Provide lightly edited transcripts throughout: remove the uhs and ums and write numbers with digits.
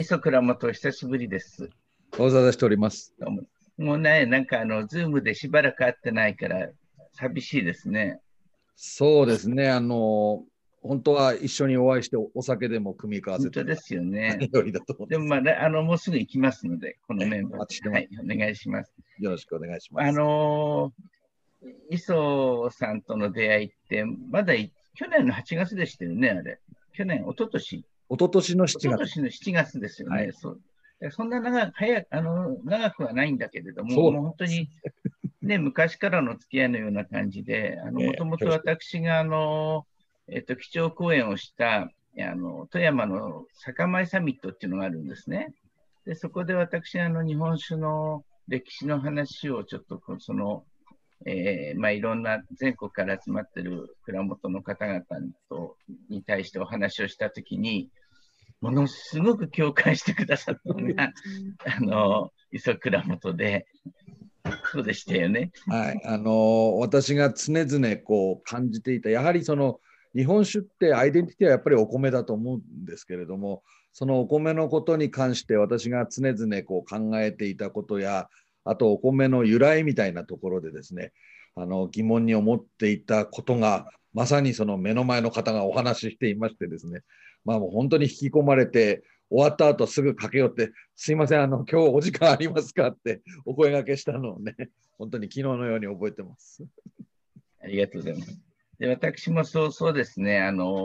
磯倉本、久しぶりです。 ご無沙汰しております。 どうももうね、なんかズームでしばらく会ってないから、寂しいですね。 そうですね。本当は一緒にお会いしてお酒でも組み交わせたら本当ですよね。 何よりだと思うんでも、 ですけど。 まあね、もうすぐ行きますので、このメンバーで。 お待ちしてます。 はい、お願いします。 よろしくお願いしまあす。 の磯さんとの出会いって、まだ去年の8月でしたよね、あれ。去年、一昨年一昨年の7月。 一昨年の7月ですよね。 はい。 そんな長くはないんだけれども、 そうもう本当にね、昔からの付き合いのような感じで、もともと恐縮。 私が基調講演をした富山の酒米サミットっていうのがあるんですね。で、そこで私、日本酒の歴史の話をちょっとまあ、いろんな全国から集まってる蔵元の方々に対してお話をしたときに、ものすごく共感してくださったのが、磯倉本で、そうでしたよね。 はい。私が常々こう感じていた、やはりその日本酒ってアイデンティティはやっぱりお米だと思うんですけれども、そのお米のことに関して私が常々こう考えていたことや、あとお米の由来みたいなところでですね、疑問に思っていたことが、まさにその目の前の方がお話ししていましてですね、まあもう本当に引き込まれて、終わった後すぐ駆け寄って、すいません、今日お時間ありますかってお声掛けしたのをね、本当に昨日のように覚えてます。 ありがとうございます。で、私もそうですね、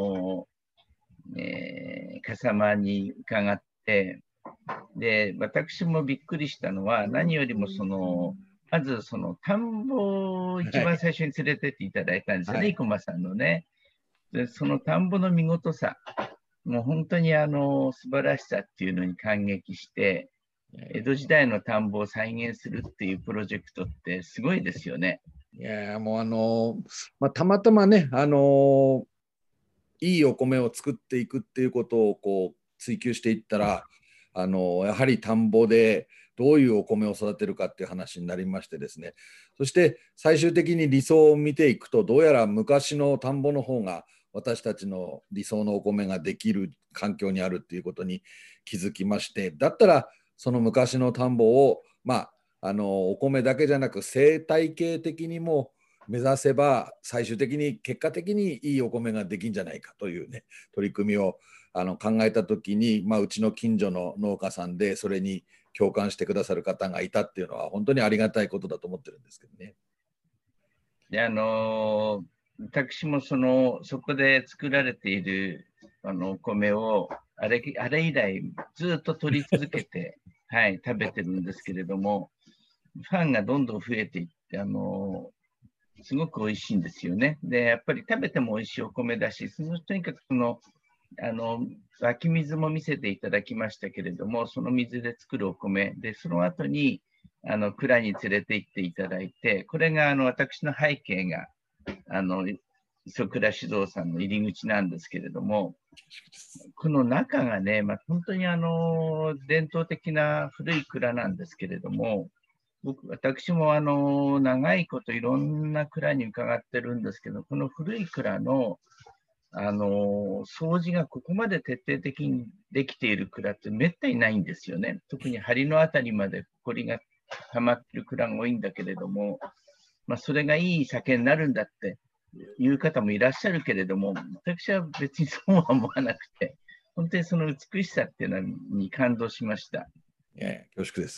笠間に伺って、で、私もびっくりしたのは、何よりもまず田んぼを一はい。 番最初に連れてっていただいたんですよね、生はい。 駒さんのね。で、その田んぼの見事さ、もう本当に素晴らしさっていうのに感激して、江戸時代の田んぼを再現するっていうプロジェクトってすごいですよね。 いやもうまあ、たまたまね、いいお米を作っていくっていうことをこう追求していったら、やはり田んぼでどういうお米を育てるかっていう話になりましてですね、そして最終的に理想を見ていくと、どうやら昔の田んぼの方が私たちの理想のお米ができる環境にあるっていうことに気づきまして、だったらその昔の田んぼを、まあ、お米だけじゃなく生態系的にも目指せば最終的に結果的にいいお米ができるんじゃないかというね取り組みを考えた時に、まあ、うちの近所の農家さんでそれに共感してくださる方がいたっていうのは本当にありがたいことだと思ってるんですけどね。 で、私もそこで作られているお米をあれ以来ずっと取り続けて、はい、食べてるんですけれども、ファンがどんどん増えていって、すごく美味しいんですよね。で、やっぱり食べても美味しいお米だし、とにかくあの、湧き水も見せていただきましたけれども、その水で作るお米で、その後に、蔵に連れて行っていただいて、これが、私の背景が、磯倉酒造さんの入り口なんですけれども、この中がね、まあ、本当に伝統的な古い蔵なんですけれども、私も長いこといろんな蔵に伺ってるんですけど、この古い蔵の掃除がここまで徹底的にできている蔵ってめったにないんですよね。特に梁のあたりまで埃が溜まっている蔵が多いんだけれども、まあ、それがいい酒になるんだっていう方もいらっしゃるけれども、私は別にそうは思わなくて、本当にその美しさっていうのに感動しました。 いやいや恐縮です。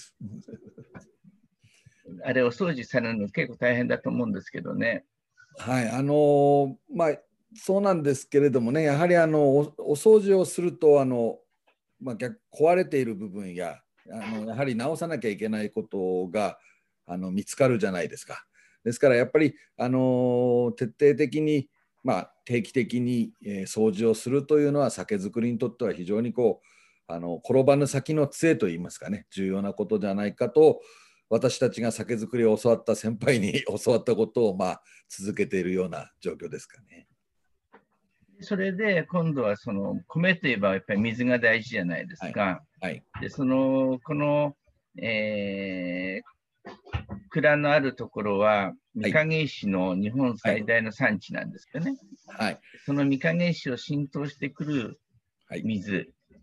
あれ、お掃除されるの結構大変だと思うんですけどね。 はい、まあそうなんですけれどもね、やはりお掃除をするとまあ、壊れている部分ややはり直さなきゃいけないことが見つかるじゃないですか。ですからやっぱり徹底的に、まあ、定期的に、掃除をするというのは酒造りにとっては非常にこう転ばぬ先の杖といいますかね、重要なことじゃないかと、私たちが酒造りを教わった先輩に教わったことを、まあ、続けているような状況ですかね。 それで今度は米といえばやっぱり水が大事じゃないですはい。 か。 はい。 で、この、蔵のあるところは、御はい。 影石の日本はい。 最大の産地なんですよね。 はい。 その御影石を浸透してくるはい。 水、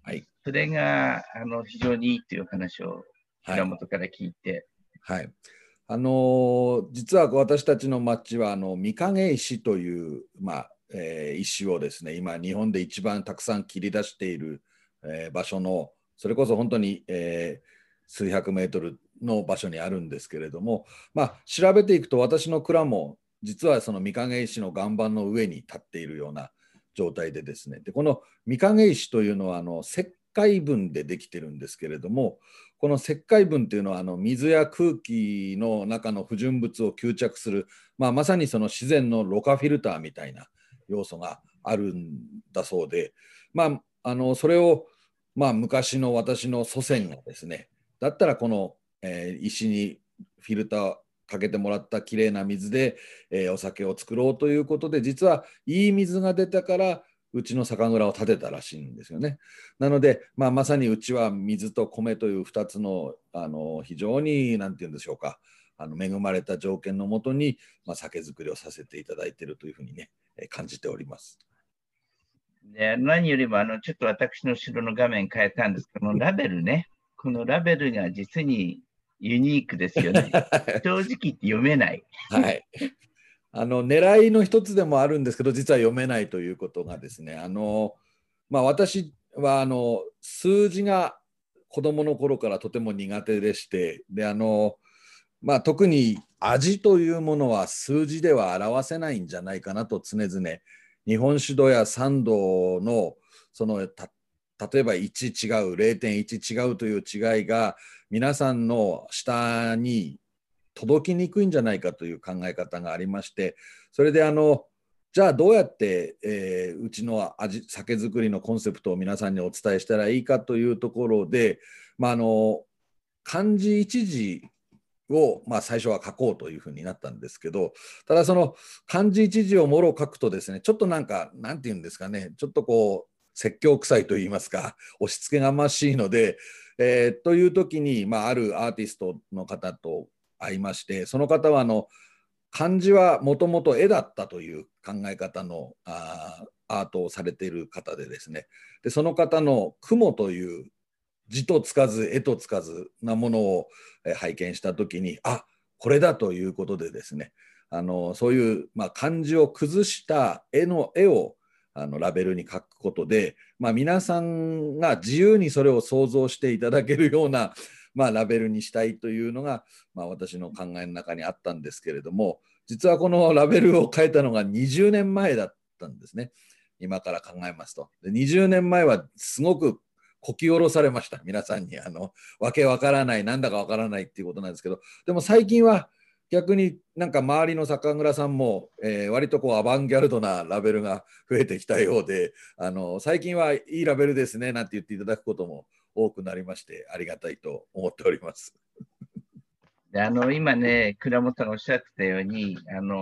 はい。 それが非常にいいという話をはい。 蔵元から聞いて。 はい。実は私たちの町は御影石という、石をですね、今日本で一番たくさん切り出している、場所の、それこそ本当に、数百メートルの場所にあるんですけれども、調べていくと私の蔵も実はその御影石の岩盤の上に立っているような状態でですね、でこの御影石というのは石灰分でできてるんですけれども、この石灰分というのは水や空気の中の不純物を吸着する、まさにその自然のろ過フィルターみたいな要素があるんだそうで、それを、昔の私の祖先がですね、だったらこの、石にフィルターかけてもらったきれいな水で、お酒を作ろうということで、実はいい水が出たからうちの酒蔵を建てたらしいんですよね。なので、まさにうちは水と米という2つの、非常に何て言うんでしょうか、恵まれた条件のもとに、酒造りをさせていただいているというふうにね、感じております。 で、何よりもちょっと私の後ろの画面変えたんですけど、このラベルね、このラベルが実にユニークですよね。正直言って読めない。 はい。狙いの一つでもあるんですけど、実は読めないということがですね、私は数字が子供の頃からとても苦手でして、で特に味というものは数字では表せないんじゃないかなと常々、日本酒度や酸度の例えば1違う、0.1違うという違いが皆さんの下に届きにくいんじゃないかという考え方がありまして、それでじゃあどうやって、うちの酒造りのコンセプトを皆さんにお伝えしたらいいかというところで、漢字一字を、最初は書こうというふうになったんですけど、ただその漢字一字をもろ書くとですね、ちょっとなんて言うんですかね、ちょっとこう説教臭いといいますか、押し付けがましいので、という時に、あるアーティストの方と会いまして、その方は漢字はもともと絵だったという考え方のアートをされている方でですね、でその方の雲という字とつかず絵とつかずなものを拝見した時に、これだということでですね、そういう、漢字を崩した絵をラベルに書くことで、皆さんが自由にそれを想像していただけるような、ラベルにしたいというのが、私の考えの中にあったんですけれども、実はこのラベルを変えたのが20年前だったんですね。今から考えますと。で20年前はすごくこき下ろされました。皆さんにわけわからない、なんだかわからないっていうことなんですけど、でも最近は逆になんか周りの酒蔵さんも、割とこうアバンギャルドなラベルが増えてきたようで、最近はいいラベルですねなんて言っていただくことも多くなりまして、ありがたいと思っております。 で今ね、蔵元がおっしゃってたように、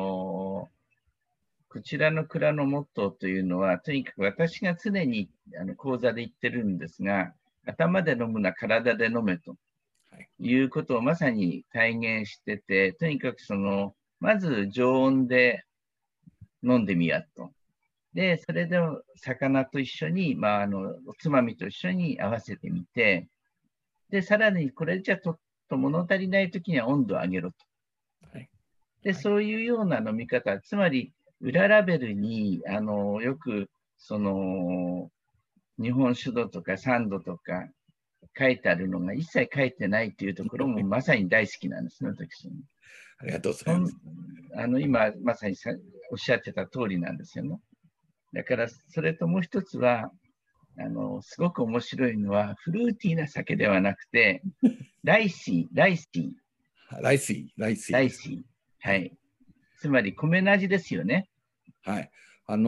こちらの蔵のモットーというのは、とにかく私が常に講座で言ってるんですが、頭で飲むな、体で飲めということをまさに体現してて、とにかくまず常温で飲んでみやと。で、それで魚と一緒に、おつまみと一緒に合わせてみて、で、さらにこれじゃちょっと物足りないときには温度を上げろと。で、そういうような飲み方、つまり裏ラベルによく日本酒度とか酸度とか書いてあるのが一切書いてないというところもまさに大好きなんですね、私。 ありがとうございます。 今まさにおっしゃってた通りなんですよね。だからそれともう一つはすごく面白いのはフルーティーな酒ではなくてライシー、はい。つまり米の味ですよね。 はい。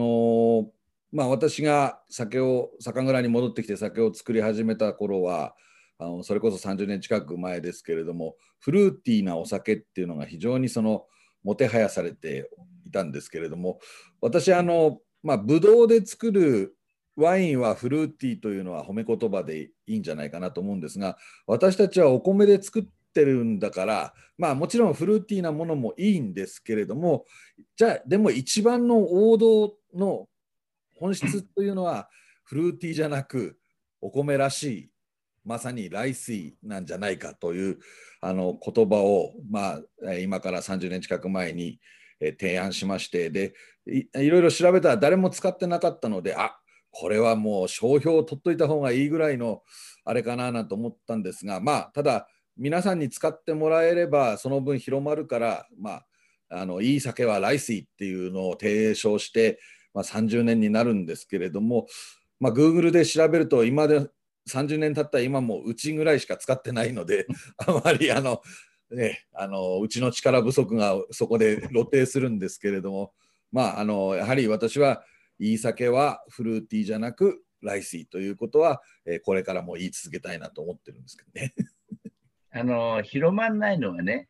私が酒蔵に戻ってきて酒を作り始めた頃は、それこそ30年近く前ですけれども、フルーティーなお酒っていうのが非常にもてはやされていたんですけれども、私ブドウで作るワインはフルーティーというのは褒め言葉でいいんじゃないかなと思うんですが、私たちはお米で作ってるんだから、もちろんフルーティーなものもいいんですけれども、じゃあでも一番の王道の本質というのはフルーティーじゃなくお米らしい、まさに来水なんじゃないかという言葉を、今から30年近く前に提案しまして、でいろいろ調べたら誰も使ってなかったので、これはもう商標を取っといた方がいいぐらいのあれかななんて思ったんですが、ただ皆さんに使ってもらえればその分広まるから、いい酒は来水っていうのを提唱して、30年になるんですけれども、Google で調べると今で30年経った今もうちぐらいしか使ってないのであまりうちの力不足がそこで露呈するんですけれども、やはり私はいい酒はフルーティーじゃなく来水ということは、これからも言い続けたいなと思ってるんですけどね。 広まんないのはね、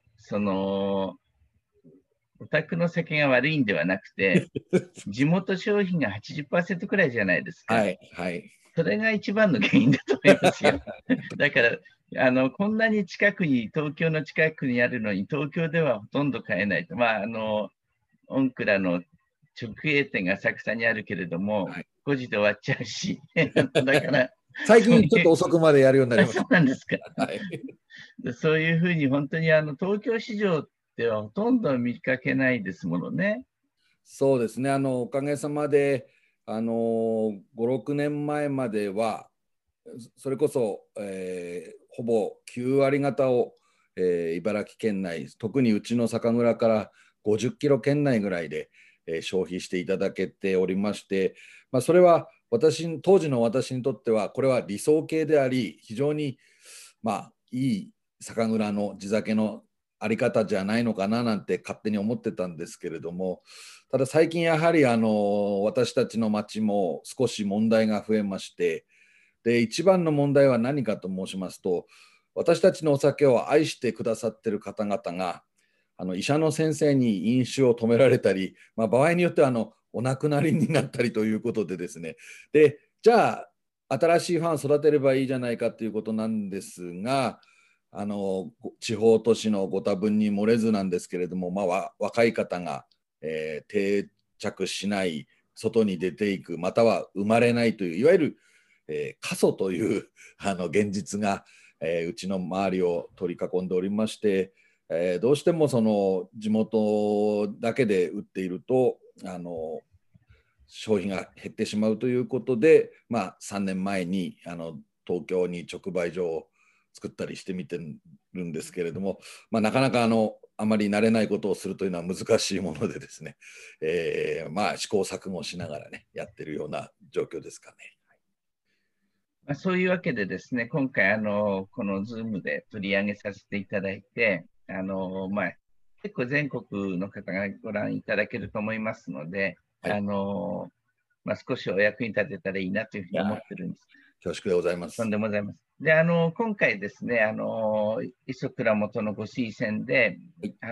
お宅の酒が悪いんではなくて、地元消費が 80% くらいじゃないですか。 はいはい。 それが一番の原因だと思いますよ。だからこんなに近くに、東京の近くにあるのに、東京ではほとんど買えないと。オンクラの直営店が浅草にあるけれども、 はい、 5時で終わっちゃうし、だから最近ちょっと遅くまでやるようになりました。 そうなんですか。 はい、 そういうふうに本当に東京市場ではほとんど見かけないですものね。 そうですね、おかげさまで、5、6年前までは、それこそ、ほぼ9割方を、茨城県内、特にうちの酒蔵から50キロ圏内ぐらいで、消費していただけておりまして、それは当時の私にとっては、これは理想形であり、非常に、いい酒蔵の地酒のあり方じゃないのかななんて勝手に思ってたんですけれども、ただ最近やはり私たちの町も少し問題が増えまして、で一番の問題は何かと申しますと、私たちのお酒を愛してくださっている方々が医者の先生に飲酒を止められたり、場合によってはお亡くなりになったりということでですね、でじゃあ新しいファンを育てればいいじゃないかということなんですが、地方都市のご多分に漏れずなんですけれども、若い方が、定着しない、外に出ていく、または生まれないという、いわゆる、過疎という現実が、うちの周りを取り囲んでおりまして、どうしてもその地元だけで売っていると消費が減ってしまうということで、3年前に東京に直売所を作ったりしてみてるんですけれども、なかなかあまり慣れないことをするというのは難しいものでですね、試行錯誤しながらねやってるような状況ですかね。 そういうわけでですね、今回この Zoom で取り上げさせていただいて、結構全国の方がご覧いただけると思いますので、 はい、 少しお役に立てたらいいなというふうに思ってるんです。 恐縮でございます。 とんでもございます。で、今回ですね、磯倉本のご推薦で、はい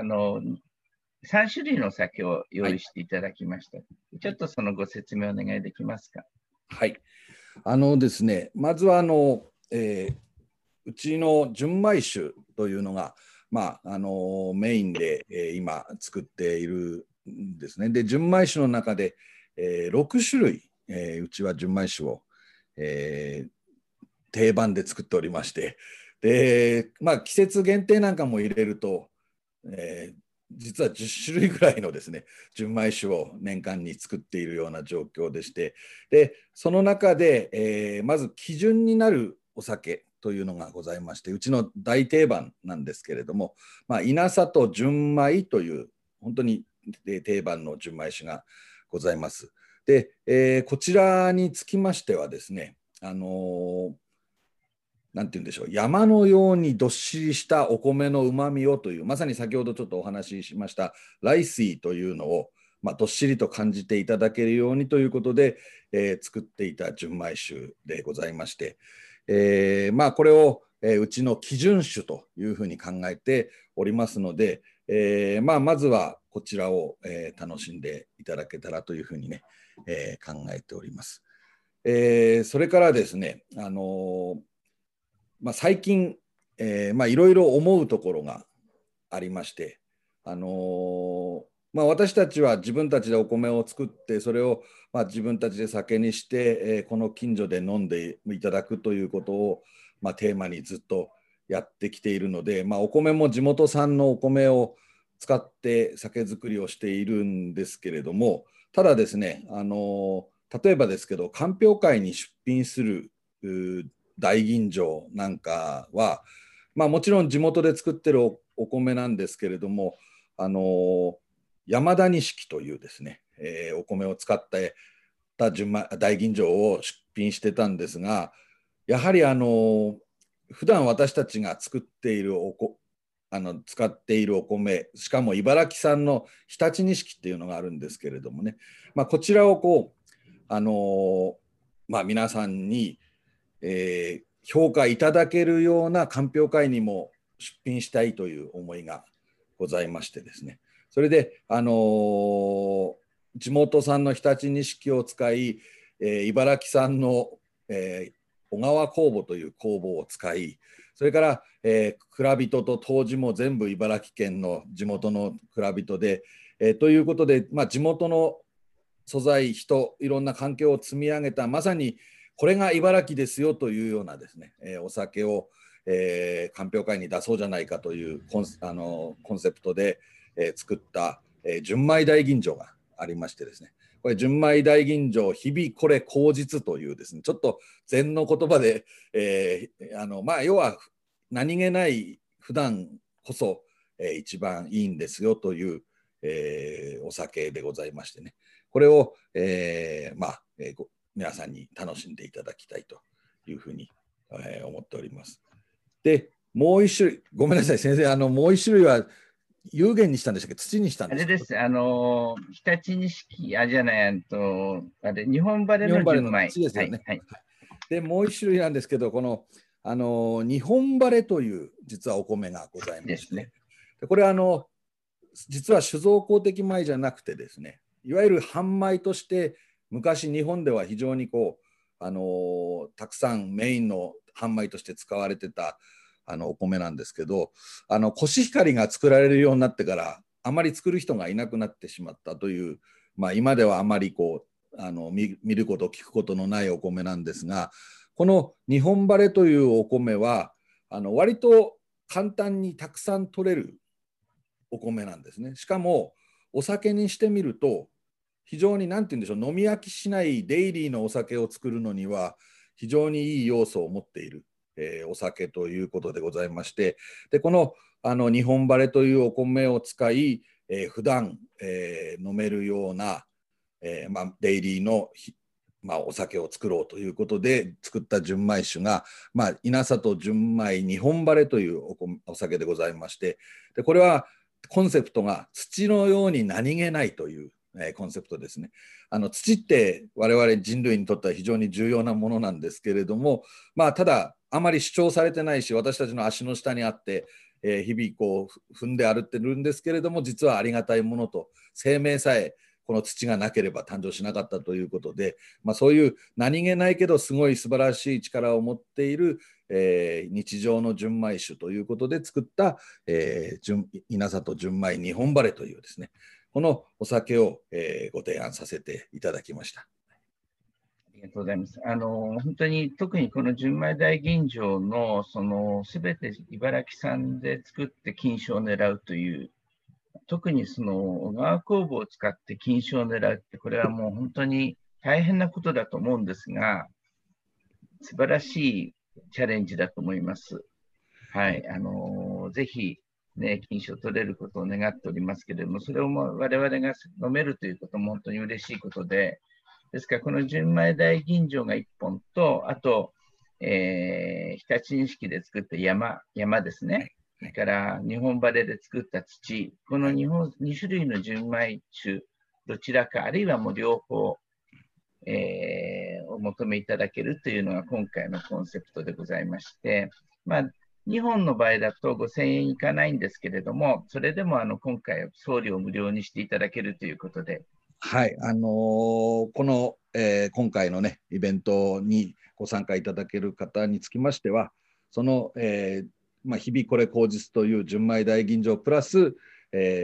、3種類の酒を用意していただきました。はい、ちょっとそのご説明お願いできますか。 はい。ですね、まずはうちの純米酒というのが、メインで、今作っているんですね。で、純米酒の中で、6種類、うちは純米酒を、定番で作っておりまして、で、季節限定なんかも入れると、実は10種類ぐらいのですね、純米酒を年間に作っているような状況でして、でその中で、まず基準になるお酒というのがございまして、うちの大定番なんですけれども、稲里純米という本当に定番の純米酒がございます。で、こちらにつきましてはですね、なんて言うんでしょう、山のようにどっしりしたお米のうまみをという、まさに先ほどちょっとお話ししました来水というのを、どっしりと感じていただけるようにということで、作っていた純米酒でございまして、これを、うちの基準酒というふうに考えておりますので、まずはこちらを、楽しんでいただけたらというふうにね、考えております。それからですね、最近、いろいろ思うところがありまして、 私たちは自分たちでお米を作ってそれを自分たちで酒にして、この近所で飲んでいただくということを、テーマにずっとやってきているので、お米も地元産のお米を使って酒造りをしているんですけれども、ただですね、例えばですけど鑑評会に出品する大吟醸なんかは、もちろん地元で作ってるお米なんですけれども、山田錦というですね、お米を使った大吟醸を出品してたんですが、やはり普段私たちが作っている使っているお米、しかも茨城産の常陸錦っていうのがあるんですけれどもね、こちらを皆さんに、評価いただけるような鑑評会にも出品したいという思いがございましてですね、それで、地元産の常陸錦を使い、茨城産の、小川酵母という酵母を使い、それから、蔵人と杜氏も全部茨城県の地元の蔵人で、ということで、地元の素材、人、いろんな環境を積み上げた、まさにこれが茨城ですよというようなですね、お酒を、鑑評会に出そうじゃないかというコンセプトで、作った、純米大吟醸がありましてですね、これ純米大吟醸日々これ口実というですね、ちょっと禅の言葉で、要は何気ない普段こそ、一番いいんですよという、お酒でございましてね、これを、皆さんに楽しんでいただきたいというふうに、思っております。で、もう一種類、ごめんなさい先生、もう一種類は有限にしたんでしたっけ、土にしたんですか。 あれです、常陸錦、じゃない、日本バレ日本バレのの純米。 土ですよね。 はい。 で、もう一種類なんですけど、この、日本バレという実はお米がございまして、でこれ実は酒造公的米じゃなくてですね、いわゆる販米として昔日本では非常にたくさんメインの販米として使われてたお米なんですけど、コシヒカリが作られるようになってからあまり作る人がいなくなってしまったという、今ではあまり見ること聞くことのないお米なんですが、この日本バレというお米は割と簡単にたくさん取れるお米なんですね。しかもお酒にしてみると非常に何て言うんでしょう、飲み飽きしないデイリーのお酒を作るのには非常にいい要素を持っている、お酒ということでございまして、でこの日本バレというお米を使い、普段、飲めるような、デイリーのお酒を作ろうということで作った純米酒が、稲里純米日本バレというお酒でございまして、でこれはコンセプトが土のように何気ないという、コンセプトですね。土って我々人類にとっては非常に重要なものなんですけれども、ただあまり主張されてないし、私たちの足の下にあって、日々踏んで歩ってるんですけれども、実はありがたいものと、生命さえこの土がなければ誕生しなかったということで、そういう何気ないけどすごい素晴らしい力を持っている、日常の純米酒ということで作った、稲里純米日本バレというですね、このお酒を、ご提案させていただきました。 ありがとうございます。本当に特にこの純米大吟醸のすべて茨城産で作って金賞を狙うという、特にその小川酵母を使って金賞を狙うって、これはもう本当に大変なことだと思うんですが、素晴らしいチャレンジだと思います。はい、ぜひ、ね、金賞を取れることを願っておりますけれども、それを我々が飲めるということも本当に嬉しいことで、ですから、この純米大吟醸が1本と、あと、常陸錦で作った山ですね。それから日本バレで作った土、この2種類の純米酒、どちらか、あるいはもう両方、お求めいただけるというのが今回のコンセプトでございまして、日本の場合だと5000円いかないんですけれども、それでも今回送料無料にしていただけるということで。 はい、この、今回のね、イベントにご参加いただける方につきましては、その、日々これ口実という純米大吟醸プラス、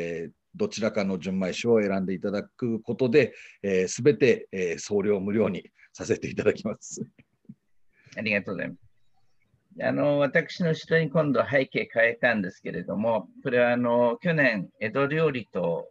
どちらかの純米酒を選んでいただくことで、すべて、送料無料にさせていただきます。 ありがとうございます。私の後ろに今度背景変えたんですけれども、これは去年、江戸料理と、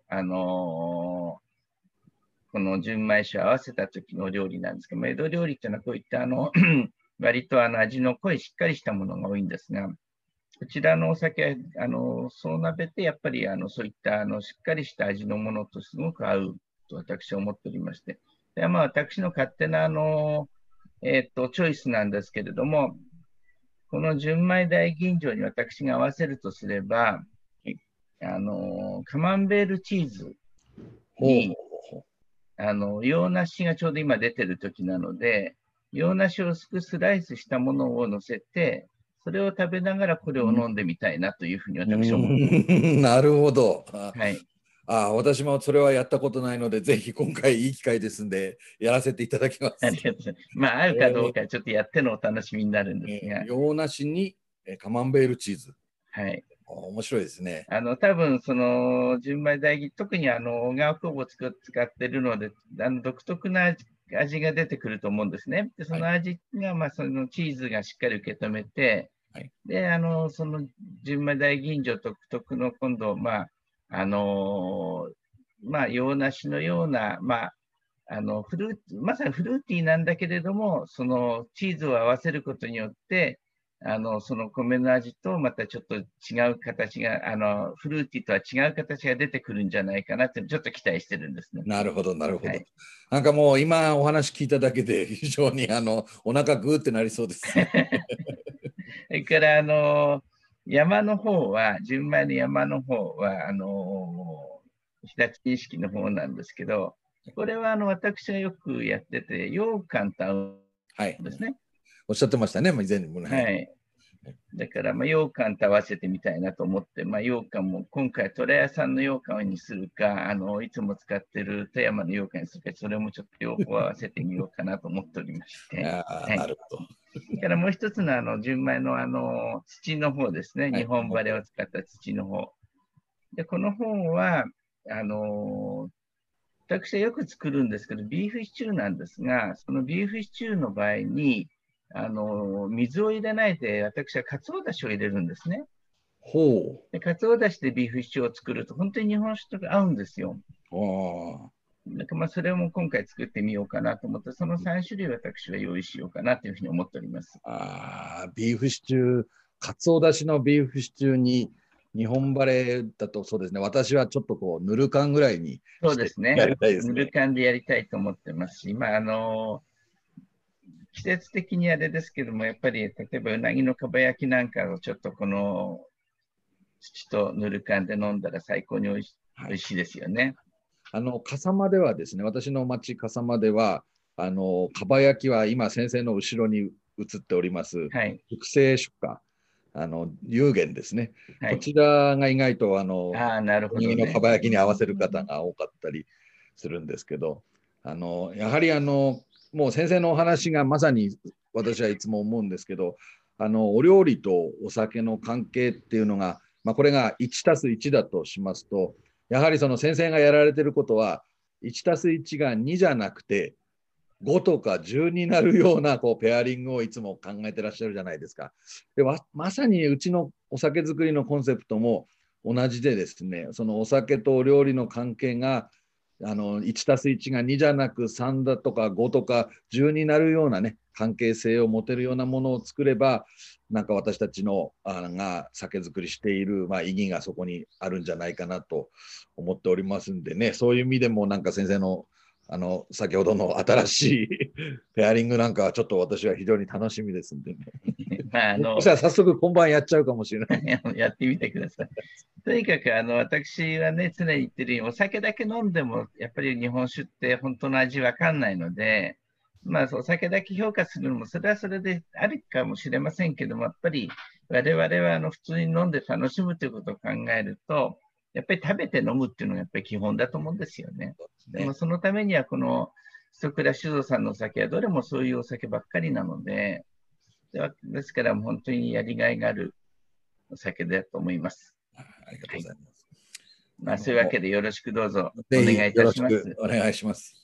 この純米酒を合わせた時の料理なんですけども、江戸料理というのはこういった割と味の濃いしっかりしたものが多いんですが、こちらのお酒は総鍋ってやっぱりそういったしっかりした味のものとすごく合うと私は思っておりまして、でまあ、私の勝手なチョイスなんですけれども、この純米大吟醸に私が合わせるとすれば、カマンベールチーズに、洋梨がちょうど今出てる時なので、洋梨を薄くスライスしたものを乗せて、それを食べながらこれを飲んでみたいなというふうに私は思っています。なるほど。 はい。 私もそれはやったことないので、ぜひ今回いい機会ですんで、やらせていただきます。 ありがとうございます。まあ、合うかどうかちょっとやってのお楽しみになるんですが。 洋梨にカマンベールチーズ。 はい。 面白いですね。 多分その純米大吟、特に小川酵母を使っているので、独特な味が出てくると思うんですね。でその味が、まあ、そのチーズがしっかり受け止めて、はい、でその純米大吟醸独特の今度、まあまあ、洋梨のような、まあ、まさにフルーティーなんだけれども、そのチーズを合わせることによって、その米の味とまたちょっと違う形が、フルーティーとは違う形が出てくるんじゃないかなって、ちょっと期待してるんですね。 なるほど、なるほど。はい、なんかもう今お話聞いただけで非常にお腹グーってなりそうです。それから山の方は、純米の山の方は、日立錦の方なんですけど、これは私がよくやってて、羊羹と合うんですね。はい、 おっしゃってましたね、以前にもね。 はい。だから、羊羹と合わせてみたいなと思って、羊羹も今回、虎屋さんの羊羹にするか、いつも使ってる富山の羊羹にするか、それもちょっと両方合わせてみようかなと思っておりまして。 なるほど。 それからもう一つの純米の土の方ですね、日本バレを使った土の方。で、この方は、私はよく作るんですけど、ビーフシチューなんですが、そのビーフシチューの場合に、水を入れないで、私はかつおだしを入れるんですね。 ほう。 で、かつおだしでビーフシチューを作ると、本当に日本酒と合うんですよ。だからそれも今回作ってみようかなと思って、その3種類私は用意しようかなというふうに思っております。 ビーフシチュー、かつおだしのビーフシチューに、日本バレーだとそうですね、私はちょっとこう、ぬる燗ぐらいにそうですね。 やりたいですね。 ぬる燗でやりたいと思ってますし、季節的にあれですけども、やっぱり例えばうなぎのかば焼きなんかをちょっとこの土とぬる燗で飲んだら最高においしいですよね。 笠間ではですね、私の町笠間では、かば焼きは今先生の後ろに映っております、はい、熟成出荷、有限ですね、はい、こちらが意外となるほどね、 のかば焼きに合わせる方が多かったりするんですけど、やはりもう先生のお話がまさに私はいつも思うんですけど、お料理とお酒の関係っていうのが、これが 1+1 だとしますと、やはりその先生がやられてることは 1+1 が2じゃなくて5とか10になるようなこうペアリングをいつも考えてらっしゃるじゃないですか。でまさにうちのお酒作りのコンセプトも同じでですね、そのお酒とお料理の関係が1+1 が2じゃなく3だとか5とか10になるようなね、関係性を持てるようなものを作れば、なんか私たちのが酒造りしている、意義がそこにあるんじゃないかなと思っておりますんでね、そういう意味でもなんか先生の先ほどの新しいペアリングなんかはちょっと私は非常に楽しみですんでね。そしたら早速今晩やっちゃうかもしれない。 やってみてください。とにかく私はね、常に言ってるように、お酒だけ飲んでも、やっぱり日本酒って本当の味わかんないので、お酒だけ評価するのも、それはそれであるかもしれませんけども、やっぱり我々は普通に飲んで楽しむということを考えると、やっぱり食べて飲むっていうのがやっぱり基本だと思うんですよね。でもそのためには、この磯倉酒造さんのお酒はどれもそういうお酒ばっかりなので、ですから本当にやりがいがあるお酒だと思います。 ありがとうございます。 まあ、そういうわけでよろしくどうぞおぜひ願いいたします。 よろしくお願いします。